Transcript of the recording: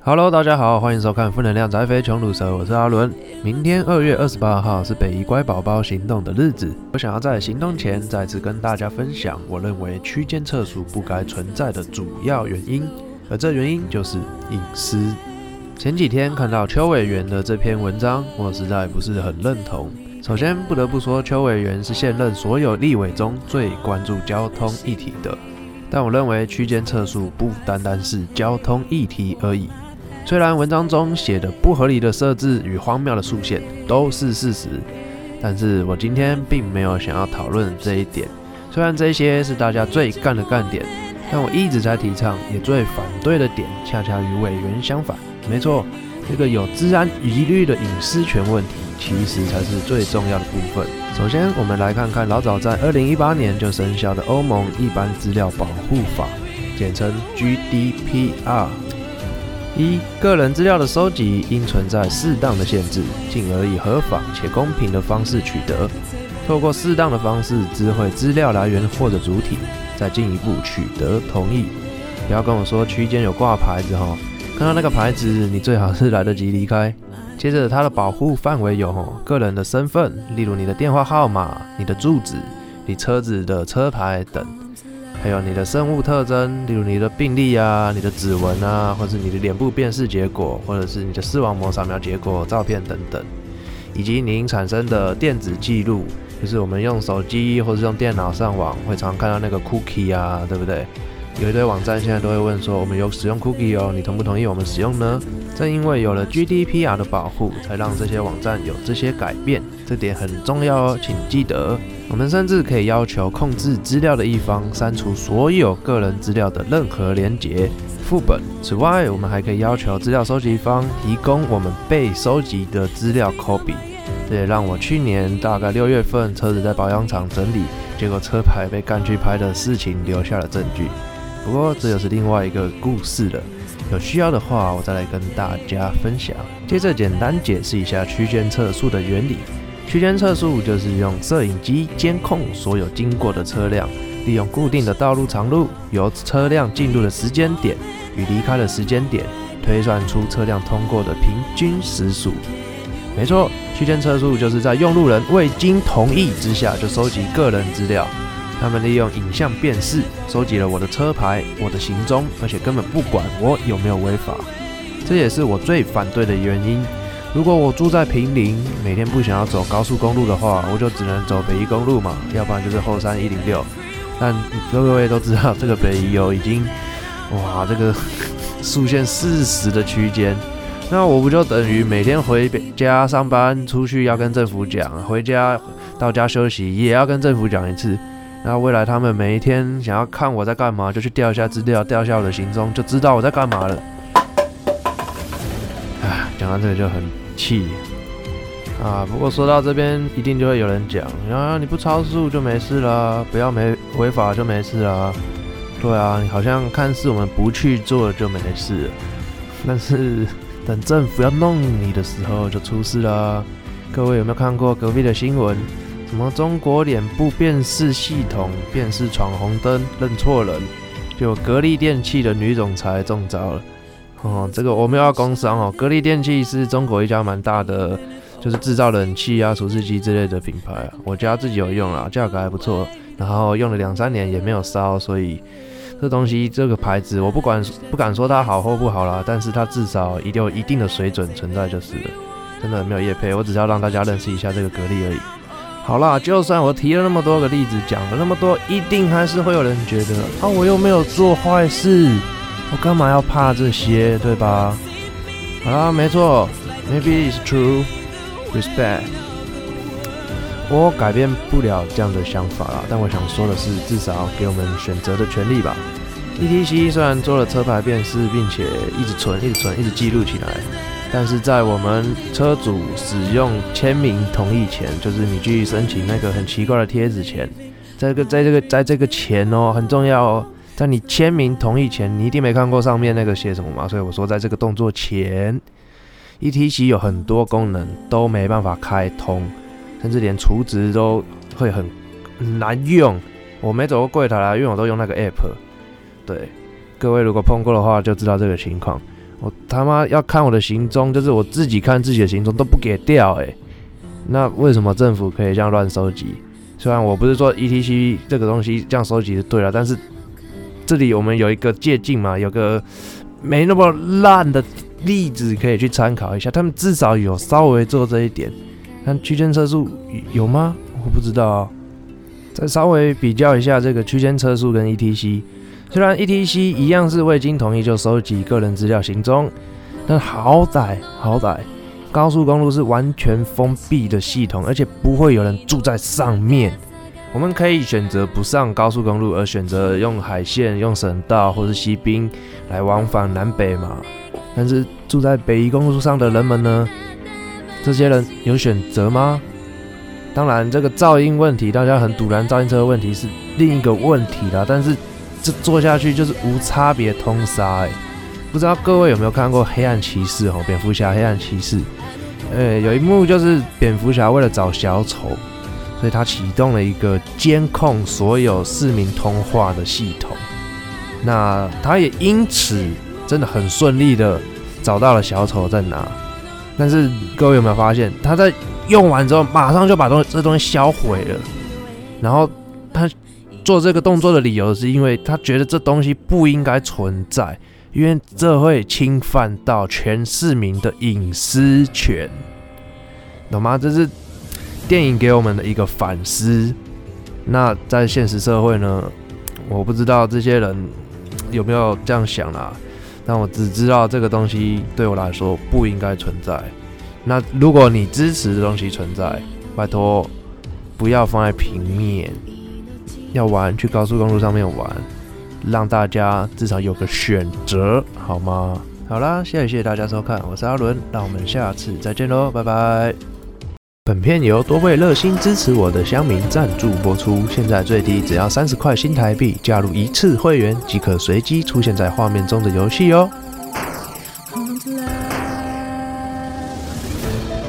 Hello， 大家好，欢迎收看负能量宅飞穷鲁蛇，我是阿伦。明天2月28号是北宜乖宝宝行动的日子，我想要在行动前再次跟大家分享我认为区间测速不该存在的主要原因，而这原因就是隐私。前几天看到邱委员的这篇文章，我实在不是很认同。首先不得不说，邱委员是现任所有立委中最关注交通议题的，但我认为区间测速不单单是交通议题而已。虽然文章中写的不合理的设置与荒谬的速限都是事实，但是我今天并没有想要讨论这一点。虽然这些是大家最干的干点，但我一直在提倡也最反对的点，恰恰与委员相反。没错，这个有治安疑虑的隐私权问题，其实才是最重要的部分。首先，我们来看看老早在2018年就生效的欧盟一般资料保护法，简称 GDPR。个人资料的收集应存在适当的限制，进而以合法且公平的方式取得。透过适当的方式知会资料来源或者主体，再进一步取得同意。不要跟我说区间有挂牌子齁，看到那个牌子，你最好是来得及离开。接着，它的保护范围有个人的身份，例如你的电话号码、你的住址、你车子的车牌等。还有你的生物特征，例如你的病历啊、你的指纹啊，或是你的脸部辨识结果，或者是你的视网膜扫描结果、照片等等，以及你产生的电子记录，就是我们用手机或是用电脑上网会常看到那个 cookie 啊，对不对？有一堆网站现在都会问说，我们有使用 cookie 哦，你同不同意我们使用呢？正因为有了 GDPR 的保护，才让这些网站有这些改变，这点很重要哦，请记得。我们甚至可以要求控制资料的一方删除所有个人资料的任何连结、副本。此外，我们还可以要求资料收集方提供我们被收集的资料 copy。这也让我去年大概6月份车子在保养厂整理，结果车牌被干去拍的事情留下了证据。不过这又是另外一个故事了，有需要的话我再来跟大家分享。接着简单解释一下区间测速的原理。区间测速就是用摄影机监控所有经过的车辆，利用固定的道路长路，由车辆进入的时间点与离开的时间点，推算出车辆通过的平均时速。没错，区间测速就是在用路人未经同意之下就收集个人资料。他们利用影像辨识收集了我的车牌、我的行踪，而且根本不管我有没有违法。这也是我最反对的原因。如果我住在坪林，每天不想要走高速公路的话，我就只能走北宜公路嘛，要不然就是后山106。但各位都知道，这个北宜已经这个速限40的区间，那我不就等于每天回家上班出去要跟政府讲，回家到家休息也要跟政府讲一次。那未来他们每一天想要看我在干嘛，就去调一下资料，调一下我的行踪，就知道我在干嘛了。讲到这个就很气啊！不过说到这边，一定就会有人讲啊，你不超速就没事啦，不要违法就没事啦。对啊，你好像看似我们不去做就没事了，但是等政府要弄你的时候就出事啦。各位有没有看过隔壁的新闻？什么中国脸部辨识系统辨识闯红灯认错人，就有格力电器的女总裁中招了。这个我没有要工商哦。格力电器是中国一家蛮大的，就是制造冷气啊、除湿机之类的品牌啊。我家自己有用啦，价格还不错，然后用了2-3年也没有烧，所以这东西这个牌子我不敢说它好或不好啦，但是它至少有一定的水准存在就是了。真的没有业配，我只是要让大家认识一下这个格力而已。好啦，就算我提了那么多个例子，讲了那么多，一定还是会有人觉得啊，我又没有做坏事，我干嘛要怕这些，对吧？好啦，没错 ，maybe it's true, respect。我改变不了这样的想法啦，但我想说的是，至少给我们选择的权利吧。ETC 虽然做了车牌辨识，并且一直存、一直记录起来。但是在我们车主使用签名同意前，就是你去申请那个很奇怪的贴纸前，在这个前哦很重要哦，在你签名同意前，你一定没看过上面那个写什么嘛？所以我说在这个动作前 ，ETC 有很多功能都没办法开通，甚至连储值都会很难用。我没走过柜台啦，因为我都用那个 app。对，各位如果碰过的话，就知道这个情况。 我他妈要看我的行踪，就是我自己看自己的行踪都不给调那为什么政府可以这样乱收集？虽然我不是说 ETC 这个东西这样收集是对了，但是这里我们有一个借鉴嘛，有个没那么烂的例子可以去参考一下。他们至少有稍微做这一点，但区间测速有吗？我不知道再稍微比较一下这个区间测速跟 ETC， 虽然 ETC 一样是未经同意就收集个人资料行踪，但好歹高速公路是完全封闭的系统，而且不会有人住在上面。我们可以选择不上高速公路，而选择用海线、用省道或是西滨来往返南北嘛。但是住在北宜公路上的人们呢？这些人有选择吗？当然，这个噪音问题，大家很堵拦噪音车的问题是另一个问题啦。但是这做下去就是无差别通杀不知道各位有没有看过《黑暗骑士》蝙蝠侠《黑暗骑士》？有一幕就是蝙蝠侠为了找小丑，所以他启动了一个监控所有市民通话的系统。那他也因此真的很顺利的找到了小丑在哪。但是各位有没有发现，他在用完之后马上就把这东西销毁了？然后他做这个动作的理由是因为他觉得这东西不应该存在。因为这会侵犯到全市民的隐私权，懂吗？这是电影给我们的一个反思。那在现实社会呢，我不知道这些人有没有这样想啦，但我只知道这个东西对我来说不应该存在。那如果你支持的东西存在，拜托不要放在平面，要玩去高速公路上面玩。让大家至少有个选择，好吗？好啦，谢谢大家收看，我是阿伦，让我们下次再见喽，拜拜。本片由多位热心支持我的乡民赞助播出，现在最低只要30块新台币，加入一次会员即可随机出现在画面中的游戏哦。